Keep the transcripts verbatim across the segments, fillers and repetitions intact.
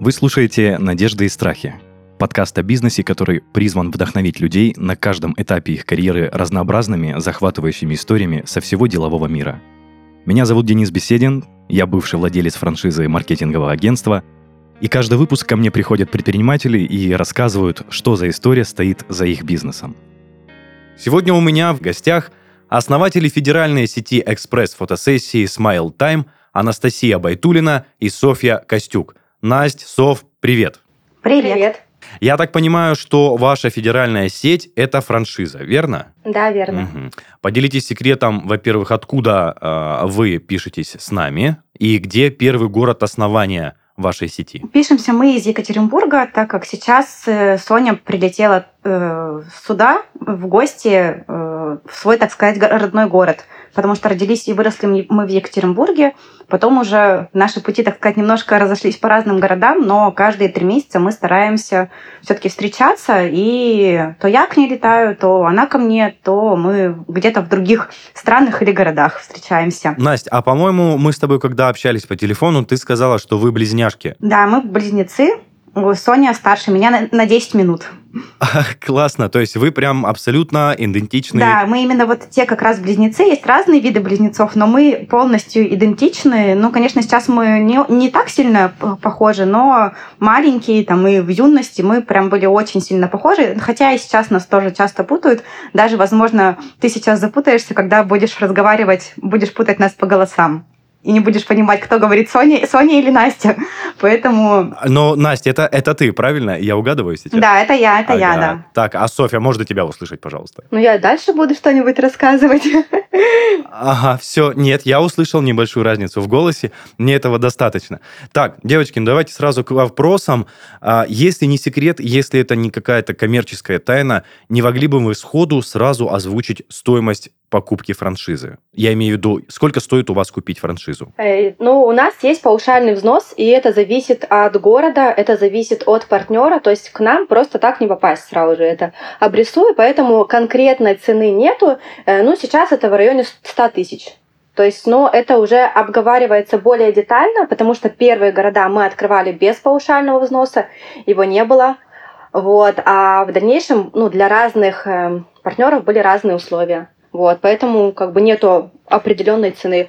Вы слушаете «Надежды и страхи» — подкаст о бизнесе, который призван вдохновить людей на каждом этапе их карьеры разнообразными, захватывающими историями со всего делового мира. Меня зовут Денис Беседин, я бывший владелец франшизы маркетингового агентства, и каждый выпуск ко мне приходят предприниматели и рассказывают, что за история стоит за их бизнесом. Сегодня у меня в гостях основатели федеральной сети экспресс-фотосессии Smile Time Анастасия Байтулина и Софья Костюк. Насть, Соф, привет. Привет. Привет. Я так понимаю, что ваша федеральная сеть – это франшиза, верно? Да, верно. Угу. Поделитесь секретом, во-первых, откуда э, вы пишетесь с нами и где первый город основания вашей сети? Пишемся мы из Екатеринбурга, так как сейчас э, Соня прилетела э, сюда в гости э, в свой, так сказать, родной город, потому что родились и выросли мы в Екатеринбурге. Потом уже наши пути, так сказать, немножко разошлись по разным городам, но каждые три месяца мы стараемся все-таки встречаться, и то я к ней летаю, то она ко мне, то мы где-то в других странах или городах встречаемся. Настя, а по-моему, мы с тобой, когда общались по телефону, ты сказала, что вы близняшки. Да, мы близнецы. Соня старше меня на десять минут. Классно, то есть вы прям абсолютно идентичны. Да, мы именно вот те как раз близнецы, есть разные виды близнецов, но мы полностью идентичны. Ну, конечно, сейчас мы не, не так сильно похожи, но маленькие, там, и в юности мы прям были очень сильно похожи, хотя и сейчас нас тоже часто путают. Даже, возможно, ты сейчас запутаешься, когда будешь разговаривать, будешь путать нас по голосам. И не будешь понимать, кто говорит, Соня, Соня или Настя. Поэтому... Но, Настя, это, это ты, правильно? Я угадываю сейчас? Да, это я, это ага. я, да. Так, а Софья, можно тебя услышать, пожалуйста? Ну, я дальше буду что-нибудь рассказывать. Ага, все, нет, я услышал небольшую разницу в голосе, мне этого достаточно. Так, девочки, ну давайте сразу к вопросам. Если не секрет, если это не какая-то коммерческая тайна, не могли бы вы сходу сразу озвучить стоимость покупки франшизы? Я имею в виду, сколько стоит у вас купить франшизу? Э, ну, у нас есть паушальный взнос, и это зависит от города, это зависит от партнера, то есть к нам просто так не попасть сразу же, это обрисую, поэтому конкретной цены нету. Э, ну, сейчас это в районе сто тысяч. То есть, ну, это уже обговаривается более детально, потому что первые города мы открывали без паушального взноса, его не было. Вот, а в дальнейшем, ну, для разных э, партнеров были разные условия. Вот, поэтому как бы нету определенной цены.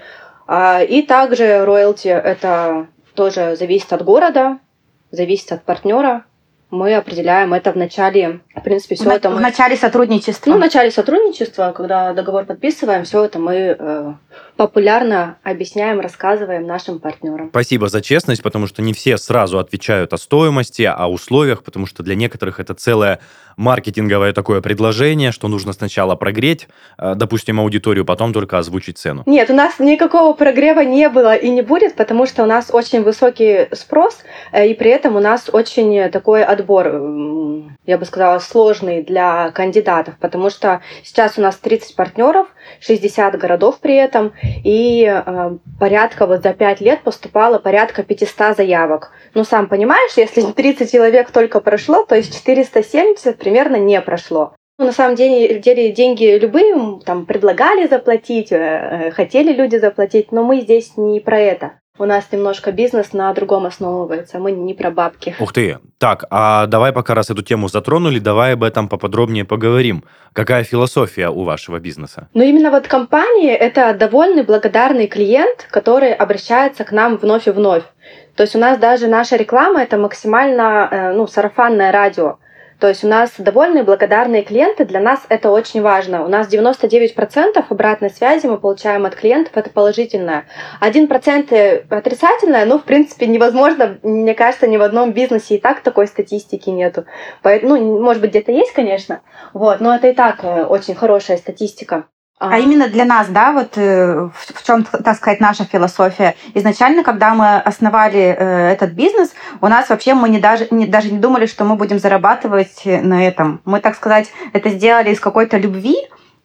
И также роялти это тоже зависит от города, зависит от партнера. Мы определяем это в начале, в принципе, все в это мы... В начале сотрудничества. Ну, в начале сотрудничества, когда договор подписываем, все это мы э, популярно объясняем, рассказываем нашим партнерам. Спасибо за честность, потому что не все сразу отвечают о стоимости, о условиях, потому что для некоторых это целое маркетинговое такое предложение, что нужно сначала прогреть, э, допустим, аудиторию, потом только озвучить цену. Нет, у нас никакого прогрева не было и не будет, потому что у нас очень высокий спрос, э, и при этом у нас очень такой отбор, я бы сказала, сложный для кандидатов, потому что сейчас у нас тридцать партнеров, шестьдесят городов при этом, и э, порядка вот за пять лет поступало порядка пятьсот заявок. Ну, сам понимаешь, если тридцать человек только прошло, то есть четыреста семьдесят примерно не прошло. Ну, на самом деле, деле деньги любые, там, предлагали заплатить, э, хотели люди заплатить, но мы здесь не про это. У нас немножко бизнес на другом основывается, мы не про бабки. Ух ты! Так, а давай пока раз эту тему затронули, давай об этом поподробнее поговорим. Какая философия у вашего бизнеса? Ну, именно вот компании — это довольный, благодарный клиент, который обращается к нам вновь и вновь. То есть у нас даже наша реклама — это максимально, ну, сарафанное радио. То есть у нас довольные, благодарные клиенты, для нас это очень важно. У нас девяносто девять процентов обратной связи мы получаем от клиентов, это положительное. один процент отрицательное, ну, в принципе, невозможно, мне кажется, ни в одном бизнесе и так такой статистики нету. Поэтому, ну, может быть, где-то есть, конечно, вот, но это и так очень хорошая статистика. А именно для нас, да, вот э, в, в чем, так сказать, наша философия. Изначально, когда мы основали э, этот бизнес, у нас вообще мы не даже, не, даже не думали, что мы будем зарабатывать на этом. Мы, так сказать, это сделали из какой-то любви,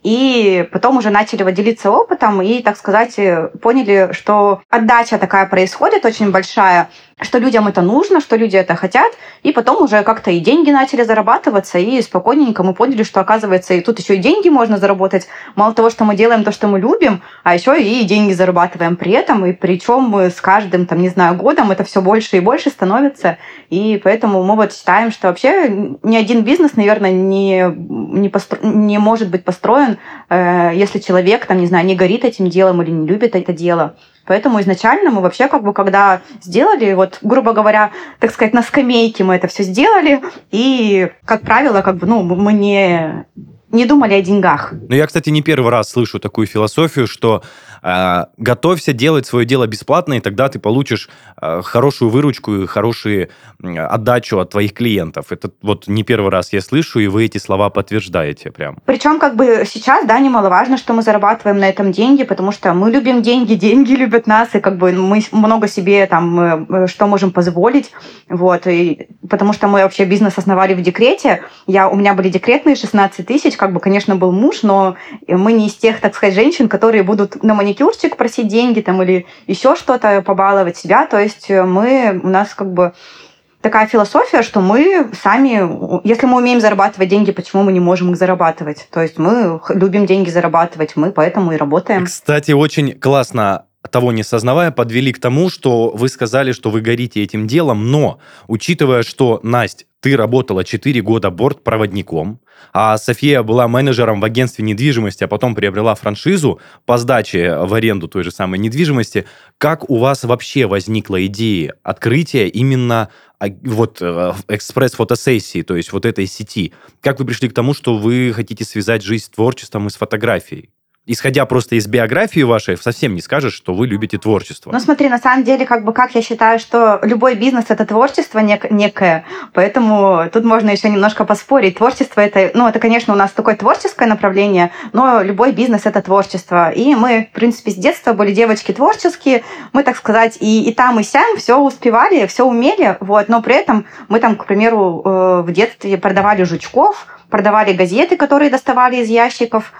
И потом уже начали вот делиться опытом и, так сказать, поняли, что отдача такая происходит очень большая, что людям это нужно, что люди это хотят. И потом уже как-то и деньги начали зарабатываться, и спокойненько мы поняли, что, оказывается, и тут еще и деньги можно заработать. Мало того, что мы делаем то, что мы любим, а еще и деньги зарабатываем при этом. И причем мы с каждым, там, не знаю, годом это все больше и больше становится. И поэтому мы вот считаем, что вообще ни один бизнес, наверное, не, не, постро... не может быть построен, если человек, там, не знаю, не горит этим делом или не любит это дело. Поэтому изначально мы вообще, как бы, когда сделали, вот, грубо говоря, так сказать, на скамейке мы это все сделали, и, как правило, как бы, ну, мы не, не думали о деньгах. Ну, я, кстати, не первый раз слышу такую философию, что э, готовься делать свое дело бесплатно, и тогда ты получишь э, хорошую выручку и хорошую э, отдачу от твоих клиентов. Это вот не первый раз я слышу, и вы эти слова подтверждаете прям. Причем, как бы, сейчас, да, немаловажно, что мы зарабатываем на этом деньги, потому что мы любим деньги, деньги любят нас, и, как бы, мы много себе, там, э, что можем позволить, вот, и потому что мы вообще бизнес основали в декрете. Я, у меня были декретные шестнадцать тысяч, как бы, конечно, был муж, но мы не из тех, так сказать, женщин, которые будут на маникюрчик просить деньги там, или еще что-то, побаловать себя. То есть мы, у нас как бы такая философия, что мы сами, если мы умеем зарабатывать деньги, почему мы не можем их зарабатывать? То есть мы любим деньги зарабатывать, мы поэтому и работаем. Кстати, очень классно, того не сознавая, подвели к тому, что вы сказали, что вы горите этим делом, но, учитывая, что, Насть, ты работала четыре года бортпроводником, а София была менеджером в агентстве недвижимости, а потом приобрела франшизу по сдаче в аренду той же самой недвижимости, как у вас вообще возникла идея открытия именно вот экспресс-фотосессии, то есть вот этой сети? Как вы пришли к тому, что вы хотите связать жизнь с творчеством и с фотографией? Исходя просто из биографии вашей, совсем не скажешь, что вы любите творчество. Ну, смотри, на самом деле, как бы, как я считаю, что любой бизнес — это творчество нек- некое, поэтому тут можно еще немножко поспорить. Творчество — это, ну, это, конечно, у нас такое творческое направление, но любой бизнес — это творчество. И мы, в принципе, с детства были девочки творческие, мы, так сказать, и, и там, и сям все успевали, все умели, вот, но при этом мы там, к примеру, в детстве продавали жучков, продавали газеты, которые доставали из ящиков,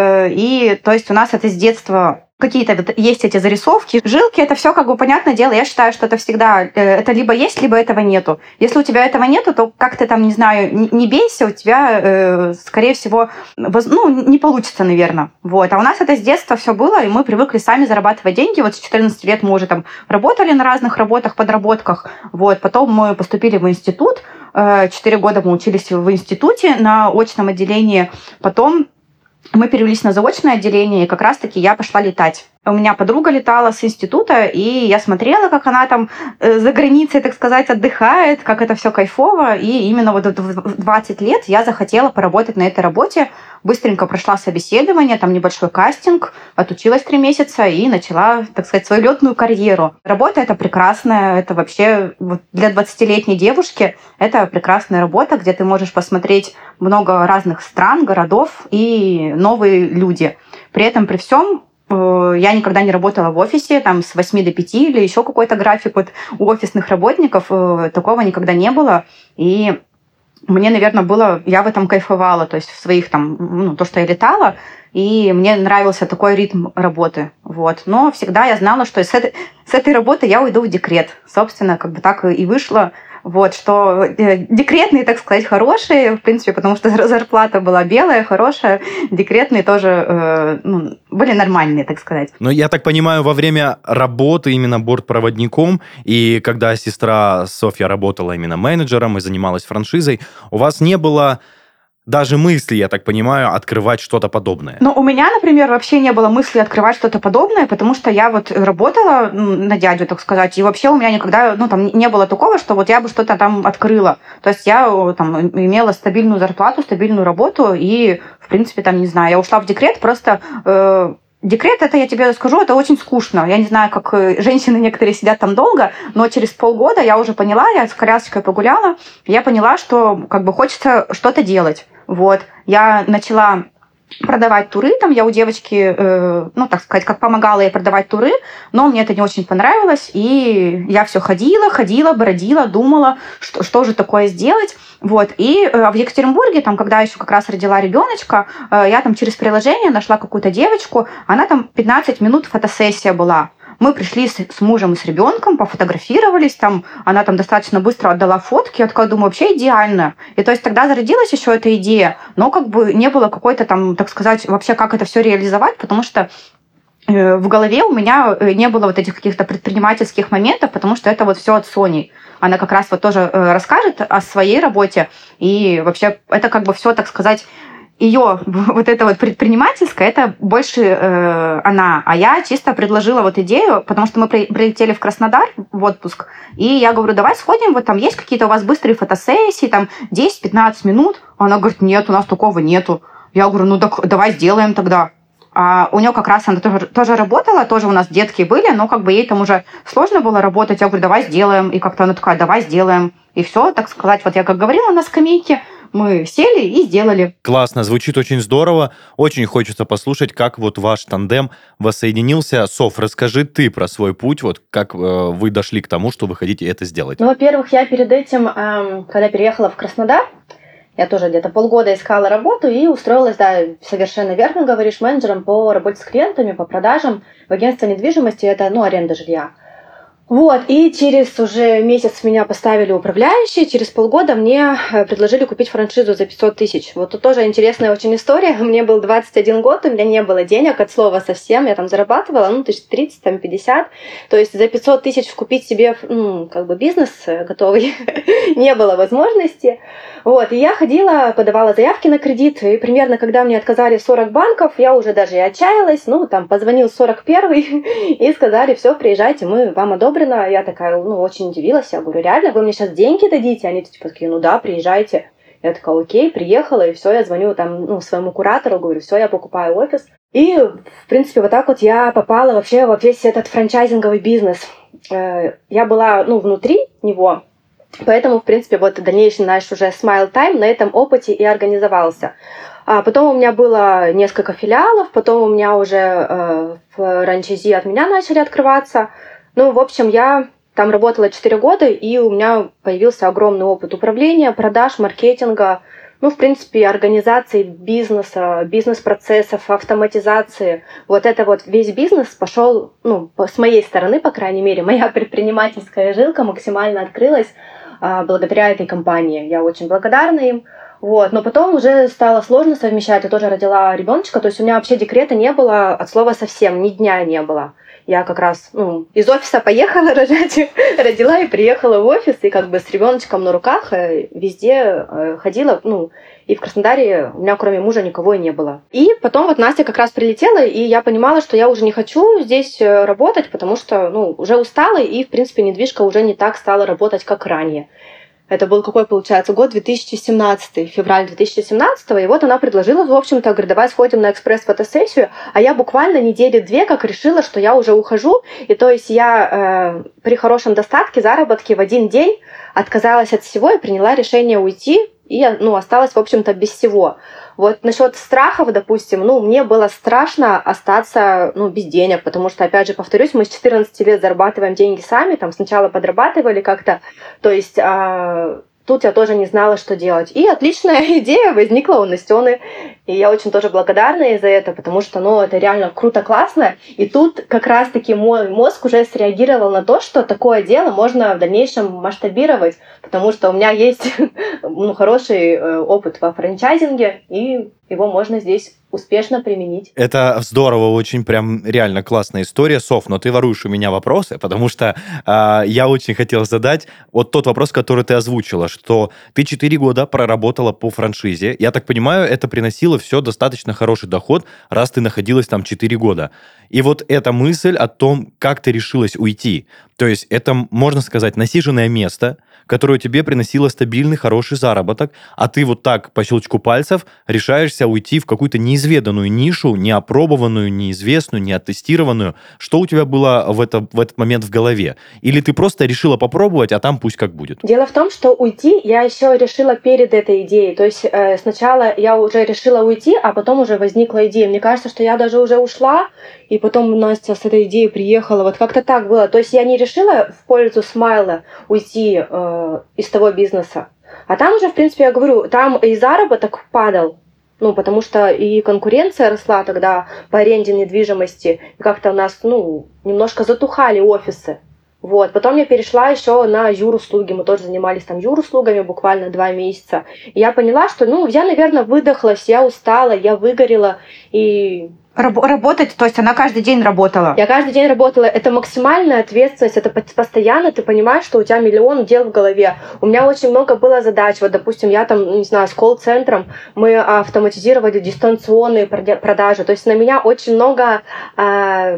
и, то есть, у нас это с детства какие-то вот есть эти зарисовки, жилки, это все как бы понятное дело. Я считаю, что это всегда, это либо есть, либо этого нету. Если у тебя этого нету, то как ты там, не знаю, не, не бейся, у тебя, скорее всего, ну, не получится, наверное. Вот. А у нас это с детства все было, и мы привыкли сами зарабатывать деньги. Вот с четырнадцати лет мы уже там работали на разных работах, подработках. Вот. Потом мы поступили в институт. Четыре года мы учились в институте на очном отделении. Потом мы перевелись на заочное отделение, и как раз-таки я пошла летать. У меня подруга летала с института, и я смотрела, как она там за границей, так сказать, отдыхает, как это все кайфово. И именно вот в двадцать лет я захотела поработать на этой работе. Быстренько прошла собеседование, там небольшой кастинг, отучилась три месяца и начала, так сказать, свою летную карьеру. Работа эта прекрасная, это вообще вот для двадцатилетней девушки это прекрасная работа, где ты можешь посмотреть много разных стран, городов и новые люди. При этом, при всем, я никогда не работала в офисе, там, с восьми до пяти или еще какой-то график. Вот у офисных работников такого никогда не было. И мне, наверное, было... Я в этом кайфовала, то есть в своих там... Ну, то, что я летала, и мне нравился такой ритм работы. Вот. Но всегда я знала, что с этой, с этой работы я уйду в декрет. Собственно, как бы так и вышло. Вот, что декретные, так сказать, хорошие, в принципе, потому что зарплата была белая, хорошая, декретные тоже э, ну, были нормальные, так сказать. Но я так понимаю, во время работы именно бортпроводником, и когда сестра Софья работала именно менеджером и занималась франшизой, у вас не было даже мысли, я так понимаю, открывать что-то подобное? Ну, у меня, например, вообще не было мысли открывать что-то подобное, потому что я вот работала на дядю, так сказать, и вообще у меня никогда, ну, там не было такого, что вот я бы что-то там открыла. То есть я там имела стабильную зарплату, стабильную работу, и, в принципе, там, не знаю, я ушла в декрет просто... Э- Декрет, это, я тебе скажу, это очень скучно. Я не знаю, как женщины некоторые сидят там долго, но через полгода я уже поняла, я с колясочкой погуляла, я поняла, что как бы хочется что-то делать. Вот. Я начала продавать туры. Там я у девочки, э, ну, так сказать, как помогала ей продавать туры, но мне это не очень понравилось, и я все ходила, ходила, бродила, думала, что, что же такое сделать. Вот. И э, в Екатеринбурге, там, когда еще как раз родила ребеночка, э, я там через приложение нашла какую-то девочку, она там пятнадцать минут фотосессия была. Мы пришли с, с мужем и с ребенком, пофотографировались, там, она там достаточно быстро отдала фотки, я такая думаю, вообще идеально. И то есть тогда зародилась еще эта идея, но как бы не было какой-то там, так сказать, вообще как это все реализовать, потому что э, в голове у меня не было вот этих каких-то предпринимательских моментов, потому что это вот все от Сони. Она как раз вот тоже э, расскажет о своей работе, и вообще это как бы все, так сказать, ее вот это вот предпринимательское, это больше э, она, а я чисто предложила вот идею, потому что мы при, прилетели в Краснодар в отпуск, и я говорю, давай сходим, вот там есть какие-то у вас быстрые фотосессии, там десять-пятнадцать минут, она говорит, нет, у нас такого нету. Я говорю, ну так давай сделаем тогда. А у нее как раз она тоже, тоже работала, тоже у нас детки были, но как бы ей там уже сложно было работать. Я говорю, давай сделаем. И как-то она такая, давай сделаем. И все, так сказать, вот я как говорила на скамейке, мы сели и сделали. Классно, звучит очень здорово. Очень хочется послушать, как вот ваш тандем воссоединился. Соф, расскажи ты про свой путь, вот как э, вы дошли к тому, что вы хотите это сделать. Ну, во-первых, я перед этим, эм, когда переехала в Краснодар, я тоже где-то полгода искала работу и устроилась, да, совершенно верно говоришь, менеджером по работе с клиентами, по продажам в агентство недвижимости, это, ну, аренда жилья. Вот, и через уже месяц меня поставили управляющие, через полгода мне предложили купить франшизу за пятьсот тысяч. Вот тут тоже интересная очень история. Мне был двадцать один год, у меня не было денег от слова совсем, я там зарабатывала, ну, тысяч тридцать, там, пятьдесят. То есть за пятьсот тысяч купить себе, ну, как бы бизнес готовый не было возможности. Вот, и я ходила, подавала заявки на кредит, и примерно, когда мне отказали сорок банков, я уже даже и отчаялась, ну, там, позвонил сорок первый и сказали, все, приезжайте, мы вам одобрено. Я такая, ну, очень удивилась, я говорю, реально, вы мне сейчас деньги дадите? Они типа такие, ну да, приезжайте. Я такая, окей, приехала, и все, я звоню там, ну, своему куратору, говорю, все, я покупаю офис. И, в принципе, вот так вот я попала вообще во весь этот франчайзинговый бизнес. Я была, ну, внутри него, поэтому, в принципе, вот дальнейший наш уже Smile Time на этом опыте и организовался. А потом у меня было несколько филиалов, потом у меня уже э, франчайзи от меня начали открываться. Ну, в общем, я там работала четыре года, и у меня появился огромный опыт управления, продаж, маркетинга, ну, в принципе, организации бизнеса, бизнес-процессов, автоматизации. Вот это вот весь бизнес пошел, ну, с моей стороны, по крайней мере, моя предпринимательская жилка максимально открылась а, благодаря этой компании. Я очень благодарна им. Вот. Но потом уже стало сложно совмещать. Я тоже родила ребеночка, то есть у меня вообще декрета не было от слова совсем, ни дня не было. Я как раз, ну, из офиса поехала рожать, родила и приехала в офис, и как бы с ребеночком на руках везде ходила, ну, и в Краснодаре у меня кроме мужа никого и не было. И потом вот Настя как раз прилетела, и я понимала, что я уже не хочу здесь работать, потому что, ну, уже устала, и, в принципе, недвижка уже не так стала работать, как ранее. Это был какой, получается, год две тысячи семнадцатый, февраль две тысячи семнадцатого, и вот она предложила, в общем-то, говорит, давай сходим на экспресс-фотосессию, а я буквально недели две как решила, что я уже ухожу, и то есть я э, при хорошем достатке, заработке в один день отказалась от всего и приняла решение уйти, и, ну, осталась, в общем-то, без всего. Вот насчет страхов, допустим, ну, мне было страшно остаться, ну, без денег, потому что, опять же, повторюсь, мы с четырнадцати лет зарабатываем деньги сами, там сначала подрабатывали как-то, то есть а, тут я тоже не знала, что делать. И отличная идея возникла у Настены, и я очень тоже благодарна ей за это, потому что, ну, это реально круто, классно, и тут как раз-таки мой мозг уже среагировал на то, что такое дело можно в дальнейшем масштабировать, потому что у меня есть, ну, хороший опыт во франчайзинге, и его можно здесь успешно применить. Это здорово, очень прям реально классная история. Соф, но ты воруешь у меня вопросы, потому что э, я очень хотел задать вот тот вопрос, который ты озвучила, что ты четыре года проработала по франшизе. Я так понимаю, это приносило все достаточно хороший доход, раз ты находилась там четыре года. И вот эта мысль о том, как ты решилась уйти, то есть это, можно сказать, насиженное место, которое тебе приносило стабильный, хороший заработок, а ты вот так по щелчку пальцев решаешься уйти в какую-то неизведанную нишу, неопробованную, неизвестную, неоттестированную. Что у тебя было в, это, в этот момент в голове? Или ты просто решила попробовать, а там пусть как будет? Дело в том, что уйти уйти, я еще решила перед этой идеей. То есть э, сначала я уже решила уйти, а потом уже возникла идея. Мне кажется, что я даже уже ушла, и потом Настя с этой идеей приехала. Вот как-то так было. То есть я не решила в пользу Смайла уйти э, из того бизнеса. А там уже, в принципе, я говорю, там и заработок падал. Ну, потому что и конкуренция росла тогда по аренде недвижимости. И как-то у нас, ну, немножко затухали офисы. Вот. Потом я перешла еще на юруслуги. Мы тоже занимались там юруслугами буквально два месяца. И я поняла, что, ну, я, наверное, выдохлась, я устала, я выгорела. И Раб- работать, то есть она каждый день работала? Я каждый день работала. Это максимальная ответственность, это постоянно ты понимаешь, что у тебя миллион дел в голове. У меня очень много было задач. Вот, допустим, я там, не знаю, с колл-центром мы автоматизировали дистанционные продажи. То есть на меня очень много э,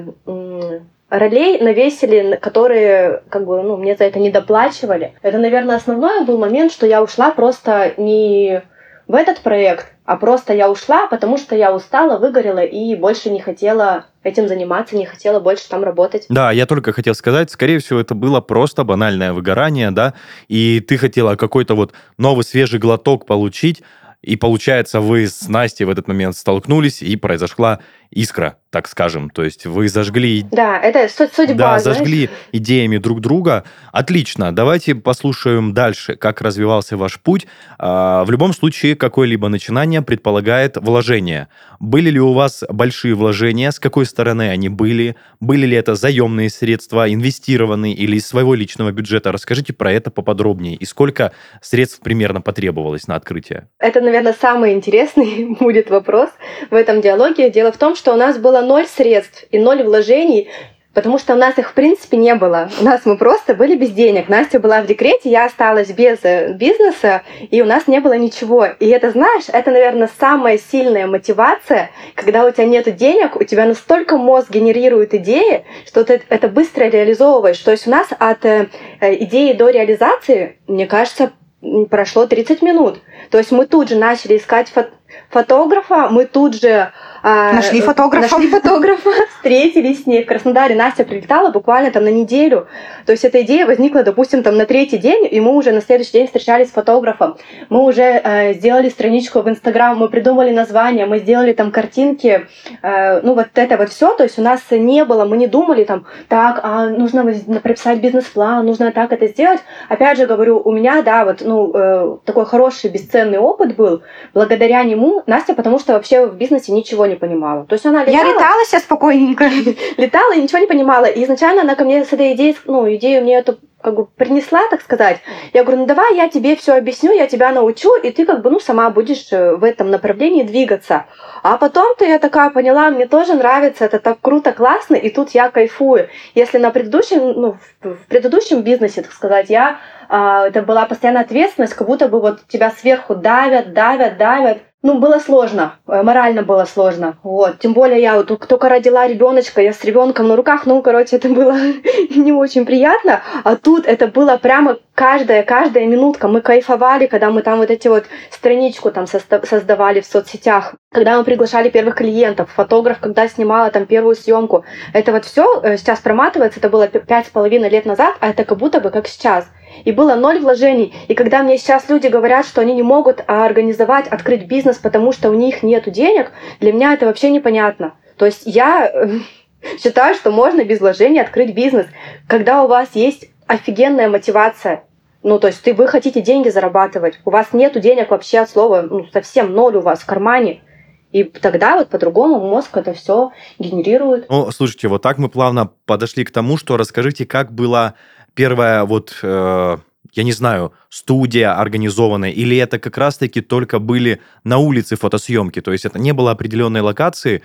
ролей навесили, которые как бы, ну, мне за это не доплачивали. Это, наверное, основной был момент, что я ушла просто не в этот проект, а просто я ушла, потому что я устала, выгорела и больше не хотела этим заниматься, не хотела больше там работать. Да, я только хотел сказать, скорее всего, это было просто банальное выгорание, да, и ты хотела какой-то вот новый свежий глоток получить, и получается, вы с Настей в этот момент столкнулись, и произошла искра, так скажем. То есть вы зажгли... Да, это судьба, Да, знаешь? зажгли идеями друг друга. Отлично. Давайте послушаем дальше, как развивался ваш путь. В любом случае, какое-либо начинание предполагает вложения. Были ли у вас большие вложения? С какой стороны они были? Были ли это заемные средства, инвестированные или из своего личного бюджета? Расскажите про это поподробнее. И сколько средств примерно потребовалось на открытие? Это, наверное, самый интересный будет вопрос в этом диалоге. Дело в том, что у нас было ноль средств и ноль вложений, потому что у нас их в принципе не было. У нас мы просто были без денег. Настя была в декрете, я осталась без бизнеса, и у нас не было ничего. И это, знаешь, это, наверное, самая сильная мотивация, когда у тебя нет денег, у тебя настолько мозг генерирует идеи, что ты это быстро реализовываешь. То есть у нас от идеи до реализации, мне кажется, прошло тридцать минут. То есть мы тут же начали искать фото- фотографа, мы тут же Нашли фотографа. Нашли фотографа, встретились с ней в Краснодаре. Настя прилетала буквально там на неделю. То есть эта идея возникла, допустим, там на третий день, и мы уже на следующий день встречались с фотографом. Мы уже э, сделали страничку в Инстаграм, мы придумали название, мы сделали там картинки. Э, ну вот это вот все. То есть у нас не было, мы не думали там, так, а нужно прописать бизнес-план, нужно так это сделать. Опять же говорю, у меня, да, вот ну э, такой хороший бесценный опыт был. Благодаря нему Настя, потому что вообще в бизнесе ничего не понимала. То есть она летала... Я летала себе спокойненько. Летала и ничего не понимала. И изначально она ко мне с этой идеей, ну, идею мне эту как бы принесла, так сказать. Я говорю, ну давай я тебе все объясню, я тебя научу, и ты как бы, ну, сама будешь в этом направлении двигаться. А потом-то я такая поняла, мне тоже нравится, это так круто, классно, и тут я кайфую. Если на предыдущем, ну, в предыдущем бизнесе, так сказать, я, а, это была постоянная ответственность, как будто бы вот тебя сверху давят, давят, давят. Ну, было сложно, морально было сложно. Вот. Тем более я вот только родила ребеночка, я с ребенком на руках, ну, короче, это было не очень приятно. А тут это было прямо каждая, каждая минутка. Мы кайфовали, когда мы там вот эти вот страничку там создавали в соцсетях, когда мы приглашали первых клиентов, фотограф, когда снимала там первую съемку. Это вот все сейчас проматывается, это было пять с половиной лет назад, а это как будто бы как сейчас. И было ноль вложений. И когда мне сейчас люди говорят, что они не могут организовать, открыть бизнес, потому что у них нет денег, для меня это вообще непонятно. То есть я считаю, что можно без вложений открыть бизнес, когда у вас есть офигенная мотивация. Ну, то есть ты, вы хотите деньги зарабатывать, у вас нету денег вообще от слова, ну, совсем ноль у вас в кармане. И тогда вот по-другому мозг это все генерирует. Ну, слушайте, вот так мы плавно подошли к тому, что расскажите, как была первая вот, э, я не знаю, студия организованная, или это как раз-таки только были на улице фотосъемки, то есть это не было определенной локации,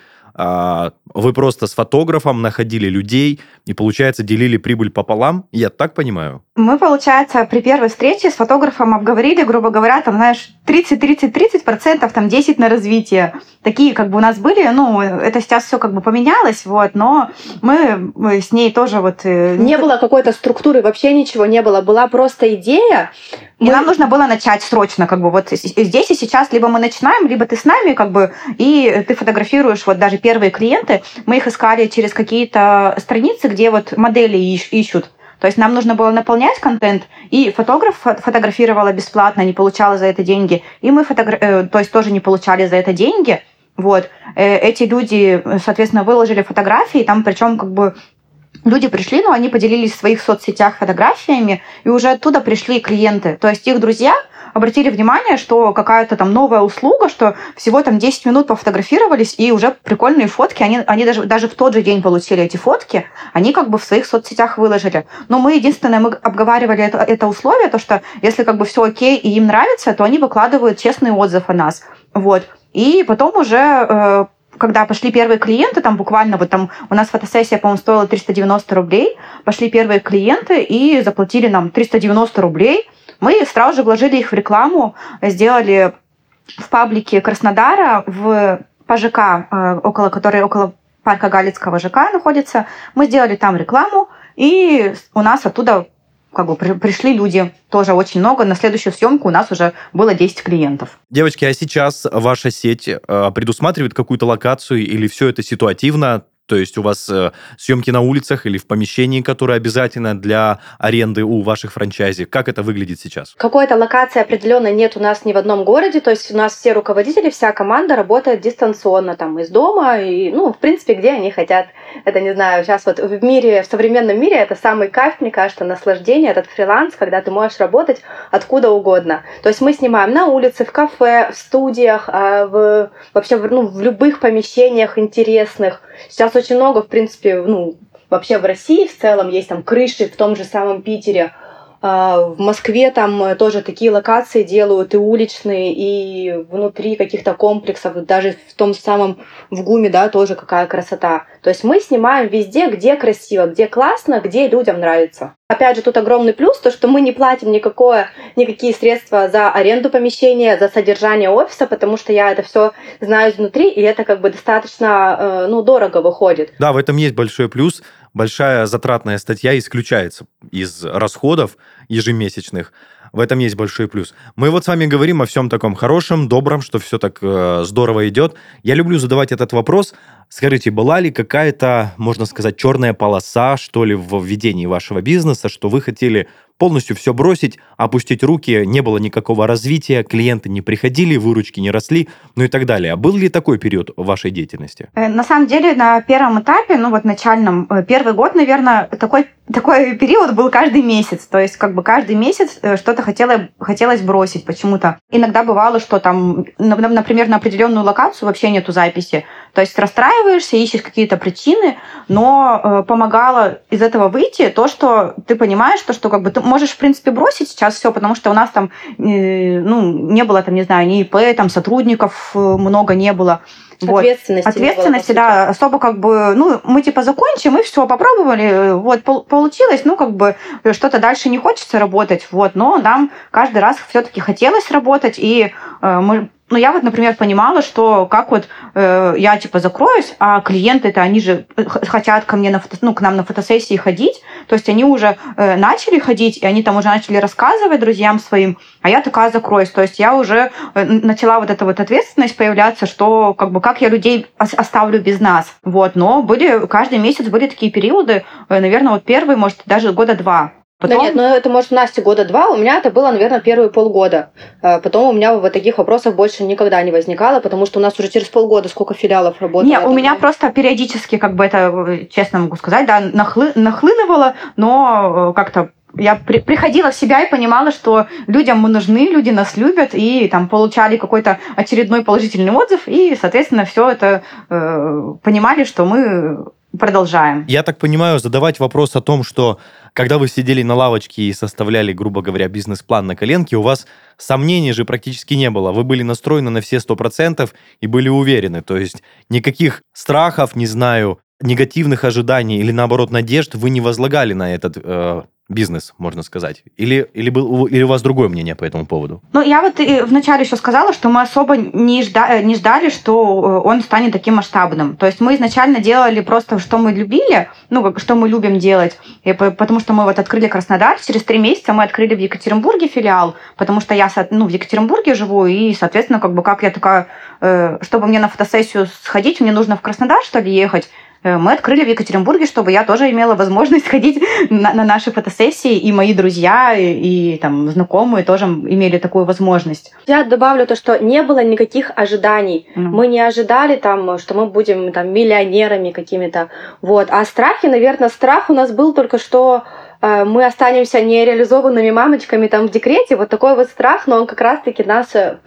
а вы просто с фотографом находили людей и, получается, делили прибыль пополам, я так понимаю? Мы, получается, при первой встрече с фотографом обговорили, грубо говоря, там, знаешь, тридцать-тридцать-тридцать процентов, там, десять на развитие. Такие, как бы, у нас были, ну, это сейчас все как бы поменялось, вот, но мы, мы с ней тоже вот... Не было какой-то структуры, вообще ничего не было, была просто идея. И мы... нам нужно было начать срочно, как бы, вот здесь и сейчас, либо мы начинаем, либо ты с нами, как бы, и ты фотографируешь, вот даже первые клиенты, мы их искали через какие-то страницы, где вот модели ищут. То есть нам нужно было наполнять контент, и фотограф фотографировала бесплатно, не получала за это деньги, и мы фотогра... то есть тоже не получали за это деньги. Вот. Эти люди, соответственно, выложили фотографии, там причем как бы люди пришли, но они поделились в своих соцсетях фотографиями, и уже оттуда пришли клиенты. То есть их друзья обратили внимание, что какая-то там новая услуга, что всего там десять минут пофотографировались, и уже прикольные фотки, они, они даже, даже в тот же день получили эти фотки, они как бы в своих соцсетях выложили. Но мы, единственное, мы обговаривали это, это условие, то, что если как бы все окей и им нравится, то они выкладывают честный отзыв о нас. Вот. И потом уже... когда пошли первые клиенты, там буквально вот там у нас фотосессия, по-моему, стоила триста девяносто рублей, пошли первые клиенты и заплатили нам триста девяносто рублей. Мы сразу же вложили их в рекламу, сделали в паблике Краснодара, в ПЖК, около которой, около парка Галицкого ЖК находится. Мы сделали там рекламу, и у нас оттуда как бы пришли люди, тоже очень много. На следующую съемку у нас уже было десять клиентов. Девочки, а сейчас ваша сеть предусматривает какую-то локацию или все это ситуативно? То есть у вас съемки на улицах или в помещении, которое обязательно для аренды у ваших франчайзи? Как это выглядит сейчас? Какой-то локации определенно нет у нас ни в одном городе. То есть у нас все руководители, вся команда работает дистанционно там из дома. И, ну, в принципе, где они хотят. Это, не знаю, сейчас вот в мире, в современном мире это самый кайф, мне кажется, наслаждение, этот фриланс, когда ты можешь работать откуда угодно. То есть мы снимаем на улице, в кафе, в студиях, в, вообще ну, в любых помещениях интересных. Сейчас очень много, в принципе, ну, вообще в России в целом есть там крыши в том же самом Питере. В Москве там тоже такие локации делают и уличные, и внутри каких-то комплексов, даже в том самом в ГУМе, да, тоже какая красота. То есть мы снимаем везде, где красиво, где классно, где людям нравится. Опять же, тут огромный плюс, то, что мы не платим никакое, никакие средства за аренду помещения, за содержание офиса, потому что я это все знаю изнутри, и это как бы достаточно, ну, дорого выходит. Да, в этом есть большой плюс. Большая затратная статья исключается из расходов ежемесячных. В этом есть большой плюс. Мы вот с вами говорим о всем таком хорошем, добром, что все так э, здорово идет. Я люблю задавать этот вопрос. Скажите, была ли какая-то, можно сказать, черная полоса, что ли, в ведении вашего бизнеса, что вы хотели полностью все бросить, опустить руки, не было никакого развития, клиенты не приходили, выручки не росли, ну и так далее. А был ли такой период в вашей деятельности? На самом деле, на первом этапе, ну вот начальном, первый год, наверное, такой, такой период был каждый месяц. То есть как бы каждый месяц что-то хотело, хотелось бросить почему-то. Иногда бывало, что там, например, на определенную локацию вообще нету записи. То есть расстраиваешься, ищешь какие-то причины, но э, помогало из этого выйти то, что ты понимаешь, то, что как бы ты можешь, в принципе, бросить сейчас все, потому что у нас там э, ну, не было, там, не знаю, ни ИП, там сотрудников много не было. Ответственности. Вот. Ответственности, было, да, особо как бы, ну, мы типа закончим, и все, попробовали, вот, получилось, ну, как бы что-то дальше не хочется работать, вот, но нам каждый раз все-таки хотелось работать, и э, мы Ну, я вот, например, понимала, что как вот э, я, типа, закроюсь, а клиенты-то, они же хотят ко мне на фото, ну, к нам на фотосессии ходить, то есть они уже э, начали ходить, и они там уже начали рассказывать друзьям своим, а я такая закроюсь. То есть я уже э, начала вот эта вот ответственность появляться, что, как бы, как я людей оставлю без нас. Вот, но были, каждый месяц были такие периоды, э, наверное, вот первый, может, даже года два. Потом... Да нет, ну это может у Насти года два, у меня это было, наверное, первые полгода. Потом у меня вот таких вопросов больше никогда не возникало, потому что у нас уже через полгода сколько филиалов работало. Нет, у меня просто периодически, как бы это, честно могу сказать, да, нахлы... нахлынывало, но как-то я при, приходила в себя и понимала, что людям мы нужны, люди нас любят, и там получали какой-то очередной положительный отзыв, и, соответственно, все это э, понимали, что мы продолжаем. Я так понимаю, задавать вопрос о том, что когда вы сидели на лавочке и составляли, грубо говоря, бизнес-план на коленке, у вас сомнений же практически не было. Вы были настроены на все сто процентов и были уверены. То есть никаких страхов, не знаю, негативных ожиданий или, наоборот, надежд вы не возлагали на этот э, бизнес, можно сказать? Или, или, был, или у вас другое мнение по этому поводу? Ну, я вот вначале еще сказала, что мы особо не, жда- не ждали, что он станет таким масштабным. То есть мы изначально делали просто, что мы любили, ну, как, что мы любим делать, и потому что мы вот открыли Краснодар, через три месяца мы открыли в Екатеринбурге филиал, потому что я, ну, в Екатеринбурге живу, и, соответственно, как бы как я такая, э, чтобы мне на фотосессию сходить, мне нужно в Краснодар, что ли, ехать. Мы открыли в Екатеринбурге, чтобы я тоже имела возможность ходить на, на наши фотосессии, и мои друзья, и, и там, знакомые тоже имели такую возможность. Я добавлю то, что не было никаких ожиданий. Mm. Мы не ожидали, там, что мы будем там, миллионерами какими-то. Вот. А страхи, наверное, страх у нас был только что э, мы останемся нереализованными мамочками там, в декрете. Вот такой вот страх, но он как раз-таки нас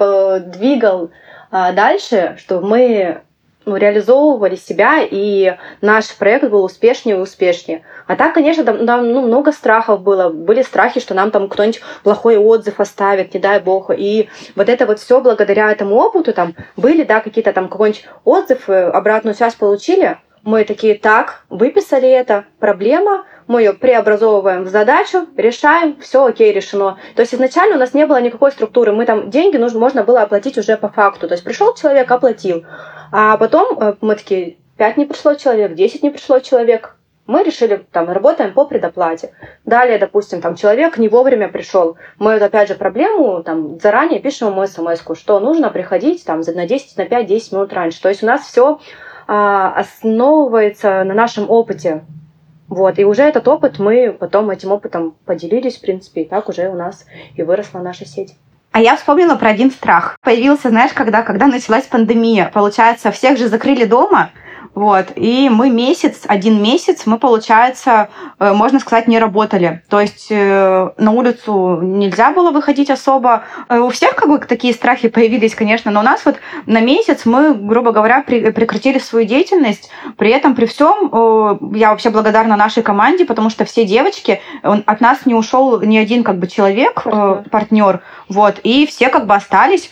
двигал э, дальше, что мы... Ну, реализовывали себя, и наш проект был успешнее и успешнее. А так, конечно, там, там ну, много страхов было. Были страхи, что нам там кто-нибудь плохой отзыв оставит, не дай бог. И вот это вот все благодаря этому опыту, там были, да, какие-то там какой-нибудь отзыв, обратную связь получили. Мы такие, так, выписали это, проблема, мы ее преобразовываем в задачу, решаем, все окей, решено. То есть изначально у нас не было никакой структуры, мы там деньги нужно, можно было оплатить уже по факту. То есть пришел человек, оплатил. А потом мы такие, пять не пришло человек, десять не пришло человек. Мы решили, там, работаем по предоплате. Далее, допустим, там, человек не вовремя пришел. Мы, опять же, проблему там, заранее пишем ему смс-ку, что нужно приходить там, на десять, на пять-десять минут раньше. То есть у нас все а, основывается на нашем опыте. Вот. И уже этот опыт, мы потом этим опытом поделились, в принципе, и так уже у нас и выросла наша сеть. А я вспомнила про один страх. Появился, знаешь, когда, когда началась пандемия. Получается, всех же закрыли дома, вот, и мы месяц, один месяц, мы, получается, можно сказать, не работали. То есть на улицу нельзя было выходить особо. У всех как бы такие страхи появились, конечно, но у нас вот на месяц мы, грубо говоря, прекратили свою деятельность. При этом, при всем, я вообще благодарна нашей команде, потому что все девочки, от нас не ушел ни один как бы человек, партнер, партнер вот, и все как бы остались.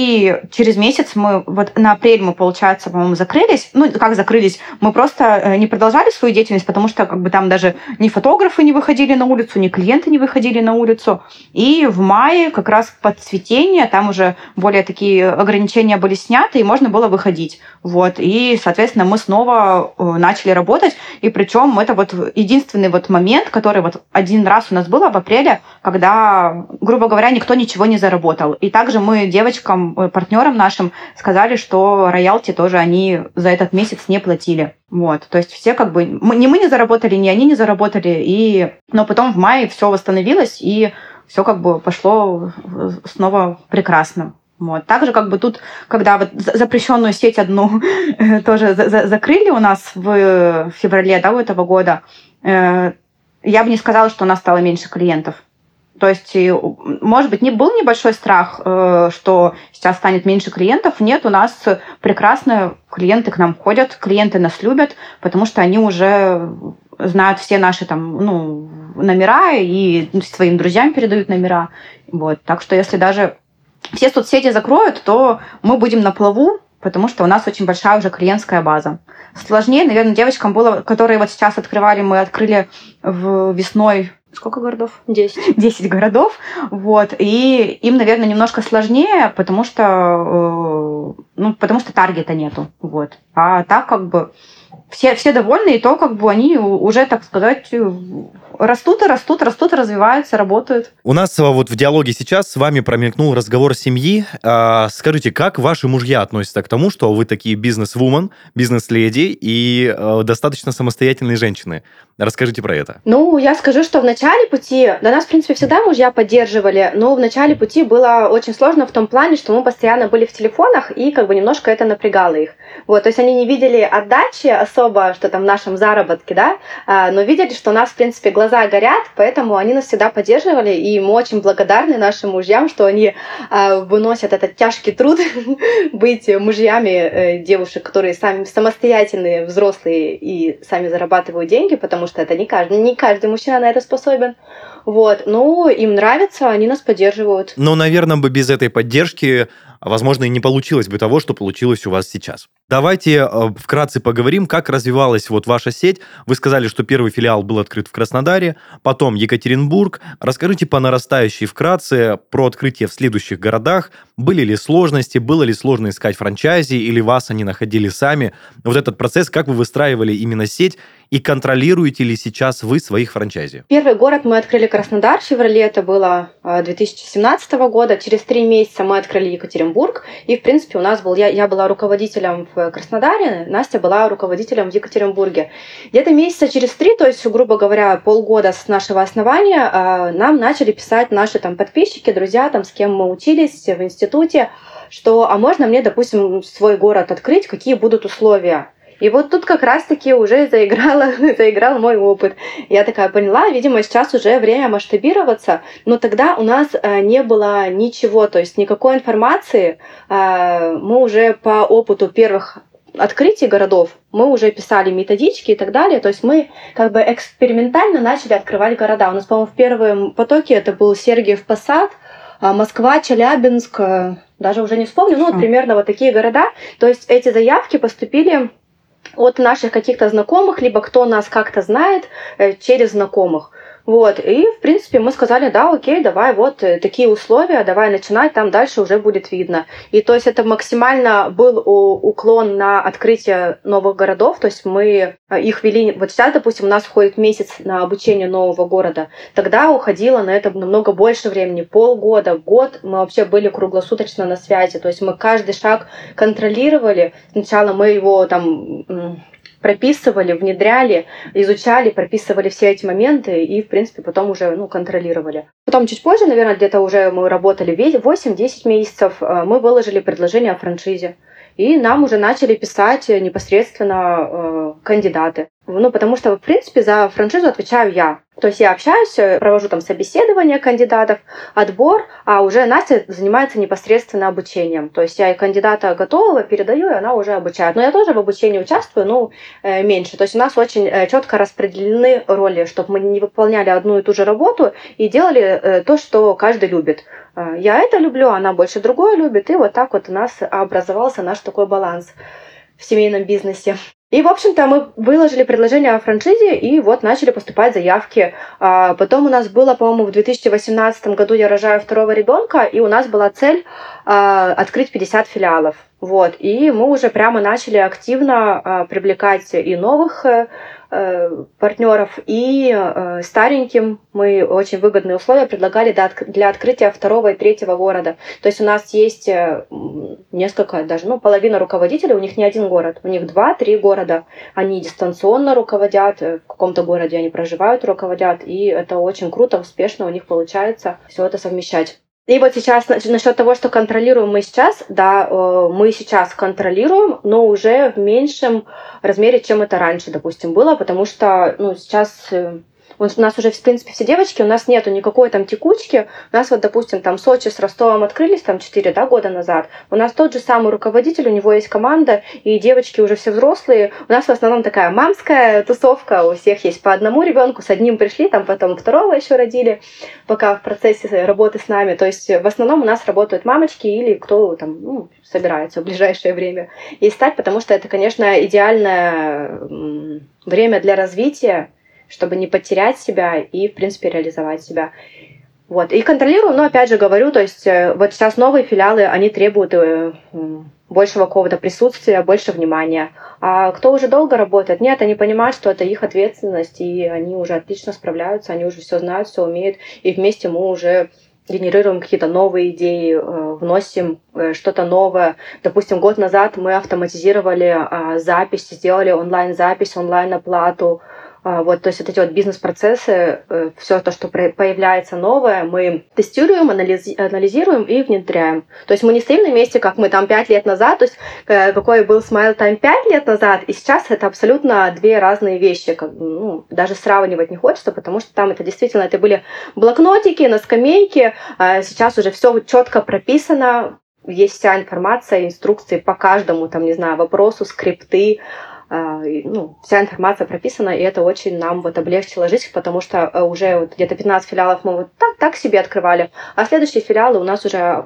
И через месяц мы, вот на апрель мы, получается, по-моему, закрылись. Ну, как закрылись? Мы просто не продолжали свою деятельность, потому что как бы там даже ни фотографы не выходили на улицу, ни клиенты не выходили на улицу. И в мае как раз под цветение, там уже более такие ограничения были сняты, и можно было выходить. Вот. И, соответственно, мы снова начали работать. И причем это вот единственный вот момент, который вот один раз у нас был в апреле, когда, грубо говоря, никто ничего не заработал. И также мы девочкам, партнерам нашим сказали, что роялти тоже они за этот месяц не платили. Вот. То есть все как бы... Мы, ни мы не заработали, ни они не заработали. И... Но потом в мае все восстановилось, и все как бы пошло снова прекрасно. Вот. Также как бы тут, когда вот запрещенную сеть одну тоже за- закрыли у нас в феврале, да, у этого года, я бы не сказала, что у нас стало меньше клиентов. То есть, может быть, не был небольшой страх, что сейчас станет меньше клиентов. Нет, у нас прекрасно клиенты к нам ходят, клиенты нас любят, потому что они уже знают все наши там, ну, номера и своим друзьям передают номера. Вот. Так что если даже все соцсети закроют, то мы будем на плаву, потому что у нас очень большая уже клиентская база. Сложнее, наверное, девочкам было, которые вот сейчас открывали, мы открыли в весной. Сколько городов? Десять. Десять городов. Вот. И им, наверное, немножко сложнее, потому что, ну, потому что таргета нету. Вот. А так как бы все, все довольны, и то как бы они уже, так сказать, растут и растут, растут, развиваются, работают. У нас вот в диалоге сейчас с вами промелькнул разговор семьи. Скажите, как ваши мужья относятся к тому, что вы такие бизнес-вумен, бизнес-леди и достаточно самостоятельные женщины? Расскажите про это. Ну, я скажу, что в начале пути, да нас, в принципе, всегда мужья поддерживали, но в начале пути было очень сложно в том плане, что мы постоянно были в телефонах, и как бы немножко это напрягало их. Вот, то есть они не видели отдачи особо, что там в нашем заработке, да, но видели, что у нас, в принципе, глаза горят, поэтому они нас всегда поддерживали, и мы очень благодарны нашим мужьям, что они выносят этот тяжкий труд быть мужьями девушек, которые сами самостоятельные, взрослые и сами зарабатывают деньги, потому что это не каждый, не каждый мужчина на это способен. Вот. Ну, им нравится, они нас поддерживают. Но, наверное, бы без этой поддержки, возможно, и не получилось бы того, что получилось у вас сейчас. Давайте э, вкратце поговорим, как развивалась вот ваша сеть. Вы сказали, что первый филиал был открыт в Краснодаре, потом Екатеринбург. Расскажите по нарастающей вкратце про открытие в следующих городах. Были ли сложности, было ли сложно искать франчайзи, или вас они находили сами? Вот этот процесс, как вы выстраивали именно сеть, И контролируете ли сейчас вы своих франчайзи? Первый город мы открыли Краснодар в феврале, это было две тысячи семнадцатого года. Через три месяца мы открыли Екатеринбург. И, в принципе, у нас был... Я, я была руководителем в Краснодаре, Настя была руководителем в Екатеринбурге. Где-то месяца через три, то есть, грубо говоря, полгода с нашего основания, нам начали писать наши там подписчики, друзья, там, с кем мы учились в институте, что, а можно мне, допустим, свой город открыть, какие будут условия? И вот тут как раз-таки уже заиграла, заиграл мой опыт. Я такая поняла, видимо, сейчас уже время масштабироваться, но тогда у нас не было ничего, то есть никакой информации. Мы уже по опыту первых открытий городов, мы уже писали методички и так далее, то есть мы как бы экспериментально начали открывать города. У нас, по-моему, в первом потоке это был Сергиев Посад, Москва, Челябинск, даже уже не вспомню, ну вот примерно вот такие города. То есть эти заявки поступили от наших каких-то знакомых, либо кто нас как-то знает через знакомых. Вот. И, в принципе, мы сказали, да, окей, давай, вот такие условия, давай начинать, там дальше уже будет видно. И то есть это максимально был уклон на открытие новых городов, то есть мы их вели, вот сейчас, допустим, у нас входит месяц на обучение нового города, тогда уходило на это намного больше времени, полгода, год, мы вообще были круглосуточно на связи, то есть мы каждый шаг контролировали, сначала мы его там прописывали, внедряли, изучали, прописывали все эти моменты и, в принципе, потом уже ну, контролировали. Потом чуть позже, наверное, где-то уже мы работали восемь-десять месяцев, мы выложили предложение о франшизе. И нам уже начали писать непосредственно э, кандидаты. Ну, потому что, в принципе, за франшизу отвечаю я. То есть я общаюсь, провожу там собеседование кандидатов, отбор, а уже Настя занимается непосредственно обучением. То есть я и кандидата готового передаю, и она уже обучает. Но я тоже в обучении участвую, но э, меньше. То есть у нас очень э, четко распределены роли, чтобы мы не выполняли одну и ту же работу и делали э, то, что каждый любит. Э, я это люблю, она больше другое любит, и вот так вот у нас образовался наш такой баланс в семейном бизнесе. И, в общем-то, мы выложили предложение о франшизе, и вот начали поступать заявки. А потом у нас было, по-моему, в две тысячи восемнадцатом году я рожаю второго ребенка, и у нас была цель а, открыть пятьдесят филиалов. Вот. И мы уже прямо начали активно а, привлекать и новых э, партнеров, и э, стареньким мы очень выгодные условия предлагали для открытия второго и третьего города. То есть у нас есть несколько, даже ну, половина руководителей, у них не один город, у них два-три города. Они дистанционно руководят, в каком-то городе они проживают, руководят, и это очень круто, успешно у них получается все это совмещать. И вот сейчас насчет того, что контролируем мы сейчас, да, мы сейчас контролируем, но уже в меньшем размере, чем это раньше, допустим, было, потому что ну, сейчас у нас уже, в принципе, все девочки, у нас нету никакой там текучки. У нас вот, допустим, там Сочи с Ростовом открылись там четыре да, года назад. У нас тот же самый руководитель, у него есть команда, и девочки уже все взрослые. У нас в основном такая мамская тусовка, у всех есть по одному ребенку, с одним пришли, там потом второго еще родили, пока в процессе работы с нами. То есть в основном у нас работают мамочки или кто там ну, собирается в ближайшее время и стать, потому что это, конечно, идеальное время для развития, чтобы не потерять себя и, в принципе, реализовать себя. Вот. И контролирую, но, опять же, говорю, то есть вот сейчас новые филиалы, они требуют большего какого-то присутствия, больше внимания. А кто уже долго работает, нет, они понимают, что это их ответственность, и они уже отлично справляются, они уже все знают, все умеют, и вместе мы уже генерируем какие-то новые идеи, вносим что-то новое. Допустим, год назад мы автоматизировали запись, сделали онлайн-запись, онлайн-оплату. Вот, то есть вот эти вот бизнес-процессы, все то, что появляется новое, мы тестируем, анализи- анализируем и внедряем. То есть мы не стоим на месте, как мы там пять лет назад, то есть какой был Smile Time пять лет назад, и сейчас это абсолютно две разные вещи. Как, ну, даже сравнивать не хочется, потому что там это действительно это были блокнотики на скамейке, а сейчас уже все четко прописано, есть вся информация, инструкции по каждому, там, не знаю, вопросу, скрипты, ну, вся информация прописана, и это очень нам вот облегчило жизнь, потому что уже вот где-то пятнадцать филиалов мы вот так, так себе открывали, а следующие филиалы у нас уже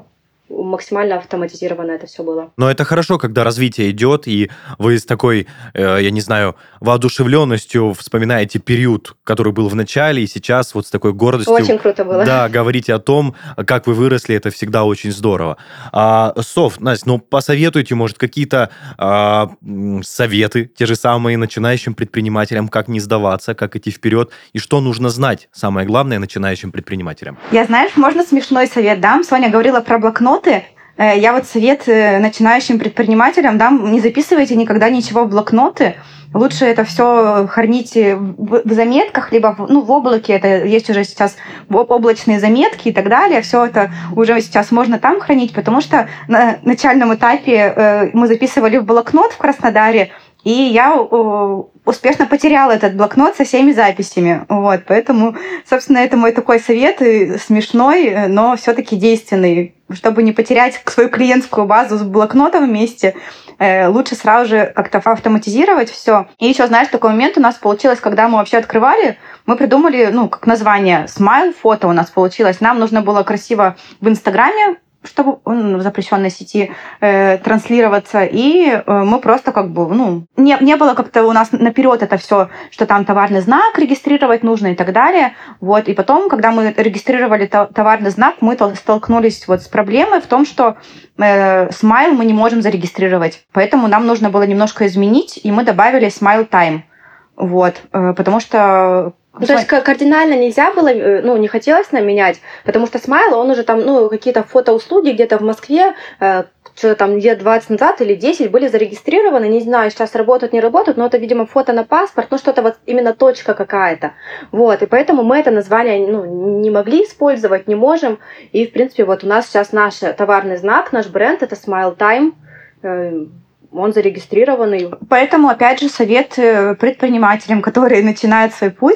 максимально автоматизировано это все было. Но это хорошо, когда развитие идет, и вы с такой, э, я не знаю, воодушевленностью вспоминаете период, который был в начале, и сейчас вот с такой гордостью... Очень круто было. Да, говорите о том, как вы выросли, это всегда очень здорово. А, Соф, Настя, ну посоветуйте, может, какие-то а, советы, те же самые начинающим предпринимателям, как не сдаваться, как идти вперед, и что нужно знать, самое главное, начинающим предпринимателям. Я, знаешь, можно смешной совет дам? Соня говорила про блокноты. Я вот совет начинающим предпринимателям дам: не записывайте никогда ничего в блокноты. Лучше это все хранить в заметках, либо в, ну, в облаке. Это есть уже сейчас облачные заметки и так далее. Все это уже сейчас можно там хранить, потому что на начальном этапе мы записывали в блокнот в Краснодаре, и я успешно потеряла этот блокнот со всеми записями. Вот, поэтому, собственно, это мой такой совет, смешной, но все-таки действенный. Чтобы не потерять свою клиентскую базу с блокнотом вместе, лучше сразу же как-то автоматизировать все. И еще, знаешь, такой момент у нас получилось, когда мы вообще открывали, мы придумали, ну, как название Smile фото у нас получилось. Нам нужно было красиво в Инстаграме, чтобы он в запрещенной сети э, транслироваться, и э, мы просто как бы, ну, не, не было как-то у нас наперед это все, что там товарный знак регистрировать нужно и так далее. Вот. И потом, когда мы регистрировали товарный знак, мы столкнулись вот с проблемой в том, что э, Smile мы не можем зарегистрировать. Поэтому нам нужно было немножко изменить, и мы добавили Smile Time. Вот. Э, потому что... Ну, то есть кардинально нельзя было, ну, не хотелось нам менять, потому что Смайл, он уже там, ну, какие-то фотоуслуги где-то в Москве, э, что-то там лет двадцать назад или десять были зарегистрированы, не знаю, сейчас работают, не работают, но это, видимо, фото на паспорт, ну, что-то вот именно точка какая-то. Вот, и поэтому мы это название, ну, не могли использовать, не можем, и, в принципе, вот у нас сейчас наш товарный знак, наш бренд, это Smile Time, э, он зарегистрированный. Поэтому, опять же, совет предпринимателям, которые начинают свой путь,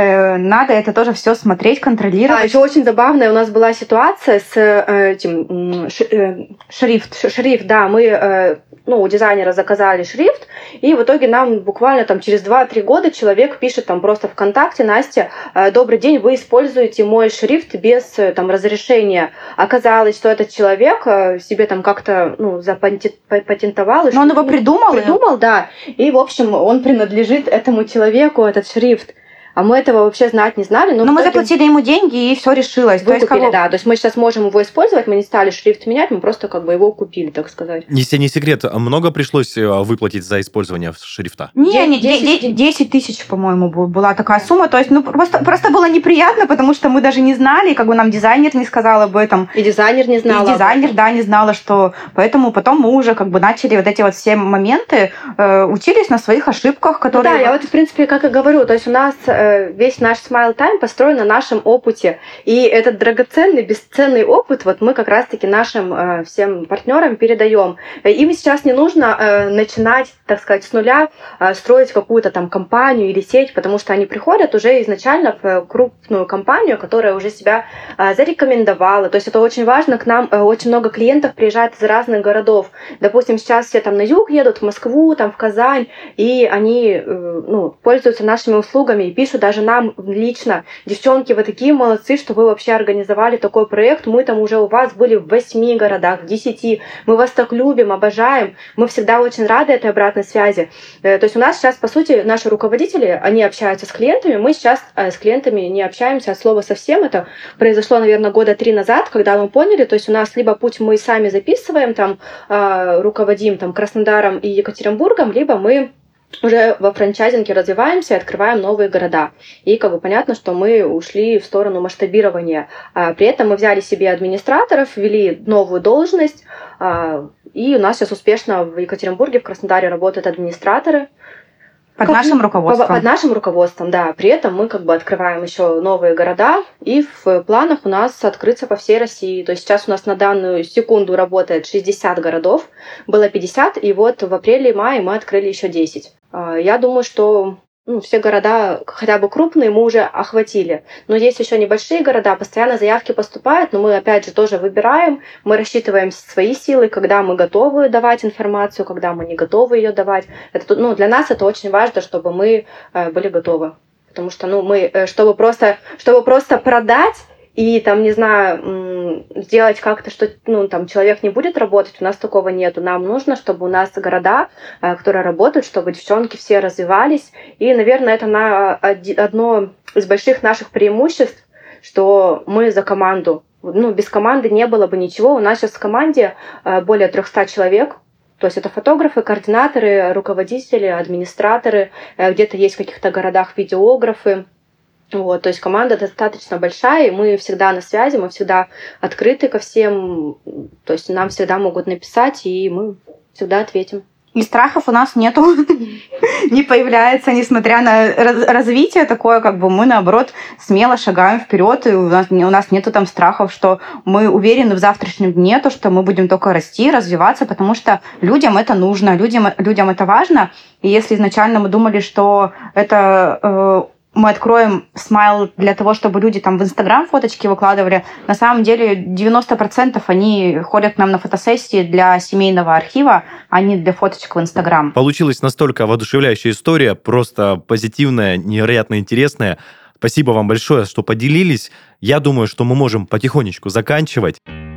надо это тоже все смотреть, контролировать. А, еще очень забавная у нас была ситуация с этим шрифт. Шрифт, да, мы, ну, у дизайнера заказали шрифт, и в итоге нам буквально там через два-три года человек пишет там просто ВКонтакте: Настя, добрый день, вы используете мой шрифт без там разрешения. Оказалось, что этот человек себе там как-то, ну, запатентовал. Но он его придумал? Придумал, да. И, в общем, он принадлежит этому человеку, этот шрифт. А мы этого вообще знать не знали. Но, но мы заплатили ему деньги, и все решилось. Выкупили, то есть, кого... да. То есть мы сейчас можем его использовать, мы не стали шрифт менять, мы просто как бы его купили, так сказать. Если не секрет, много пришлось выплатить за использование шрифта? Не, не, десять тысяч, по-моему, была такая сумма. То есть, ну, просто, просто было неприятно, потому что мы даже не знали, как бы нам дизайнер не сказал об этом. И дизайнер не знал. И дизайнер, да, не знала, что... Поэтому потом мы уже как бы начали вот эти вот все моменты, э, учились на своих ошибках, которые... Ну, да, я вот, в принципе, как и говорю, то есть у нас... весь наш Smile Time построен на нашем опыте. И этот драгоценный, бесценный опыт вот мы как раз-таки нашим э, всем партнерам передаем. Им сейчас не нужно э, начинать, так сказать, с нуля э, строить какую-то там компанию или сеть, потому что они приходят уже изначально в крупную компанию, которая уже себя э, зарекомендовала. То есть это очень важно. К нам э, очень много клиентов приезжает из разных городов. Допустим, сейчас все там на юг едут, в Москву, там в Казань, и они э, ну, пользуются нашими услугами и пишут даже нам лично: девчонки, вы такие молодцы, что вы вообще организовали такой проект. Мы там уже у вас были в восьми городах, в десяти. Мы вас так любим, обожаем. Мы всегда очень рады этой обратной связи. То есть у нас сейчас, по сути, наши руководители, они общаются с клиентами. Мы сейчас с клиентами не общаемся от слова совсем. Это произошло, наверное, года три назад, когда мы поняли, то есть у нас либо путь мы сами записываем, там, руководим там, Краснодаром и Екатеринбургом, либо мы уже во франчайзинге развиваемся и открываем новые города. И как бы понятно, что мы ушли в сторону масштабирования. При этом мы взяли себе администраторов, ввели новую должность, и у нас сейчас успешно в Екатеринбурге, в Краснодаре работают администраторы. Под как, нашим руководством. Под, под нашим руководством, да. При этом мы как бы открываем еще новые города, и в планах у нас открыться по всей России. То есть сейчас у нас на данную секунду работает шестьдесят городов, было пятьдесят, и вот в апреле-мае мы открыли еще десять. Я думаю, что ну, все города, хотя бы крупные, мы уже охватили. Но есть еще небольшие города, постоянно заявки поступают, но мы опять же тоже выбираем, мы рассчитываем свои силы, когда мы готовы давать информацию, когда мы не готовы ее давать. Это, ну, для нас это очень важно, чтобы мы были готовы. Потому что ну, мы, чтобы просто, чтобы просто продать и там, не знаю, сделать как-то, что ну, там человек не будет работать, у нас такого нету. Нам нужно, чтобы у нас города, которые работают, чтобы девчонки все развивались. И, наверное, это на одно из больших наших преимуществ, что мы за команду. Ну, без команды не было бы ничего. У нас сейчас в команде более триста человек. То есть это фотографы, координаторы, руководители, администраторы. Где-то есть в каких-то городах видеографы. Вот, то есть команда достаточно большая, и мы всегда на связи, мы всегда открыты ко всем. То есть нам всегда могут написать, и мы всегда ответим. И страхов у нас нету, не появляется, несмотря на развитие такое, как бы мы, наоборот, смело шагаем вперед, и у нас, у нас нету там страхов, что мы уверены в завтрашнем дне, то, что мы будем только расти, развиваться, потому что людям это нужно, людям, людям это важно. И если изначально мы думали, что это... Э, мы откроем Смайл для того, чтобы люди там в Инстаграм фоточки выкладывали. На самом деле девяносто процентов они ходят к нам на фотосессии для семейного архива, а не для фоточек в Инстаграм. Получилась настолько воодушевляющая история, просто позитивная, невероятно интересная. Спасибо вам большое, что поделились. Я думаю, что мы можем потихонечку заканчивать.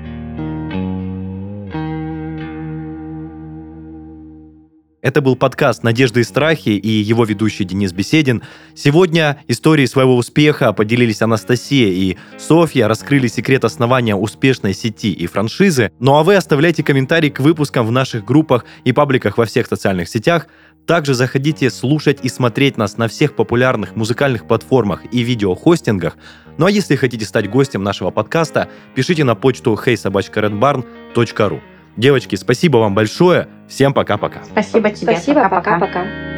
Это был подкаст «Надежды и страхи» и его ведущий Денис Беседин. Сегодня истории своего успеха поделились Анастасия и Софья, раскрыли секрет основания успешной сети и франшизы. Ну а вы оставляйте комментарии к выпускам в наших группах и пабликах во всех социальных сетях. Также заходите слушать и смотреть нас на всех популярных музыкальных платформах и видеохостингах. Ну а если хотите стать гостем нашего подкаста, пишите на почту хей собака ред барн точка ру. Девочки, спасибо вам большое. Всем пока-пока. Спасибо тебе. Спасибо, пока-пока.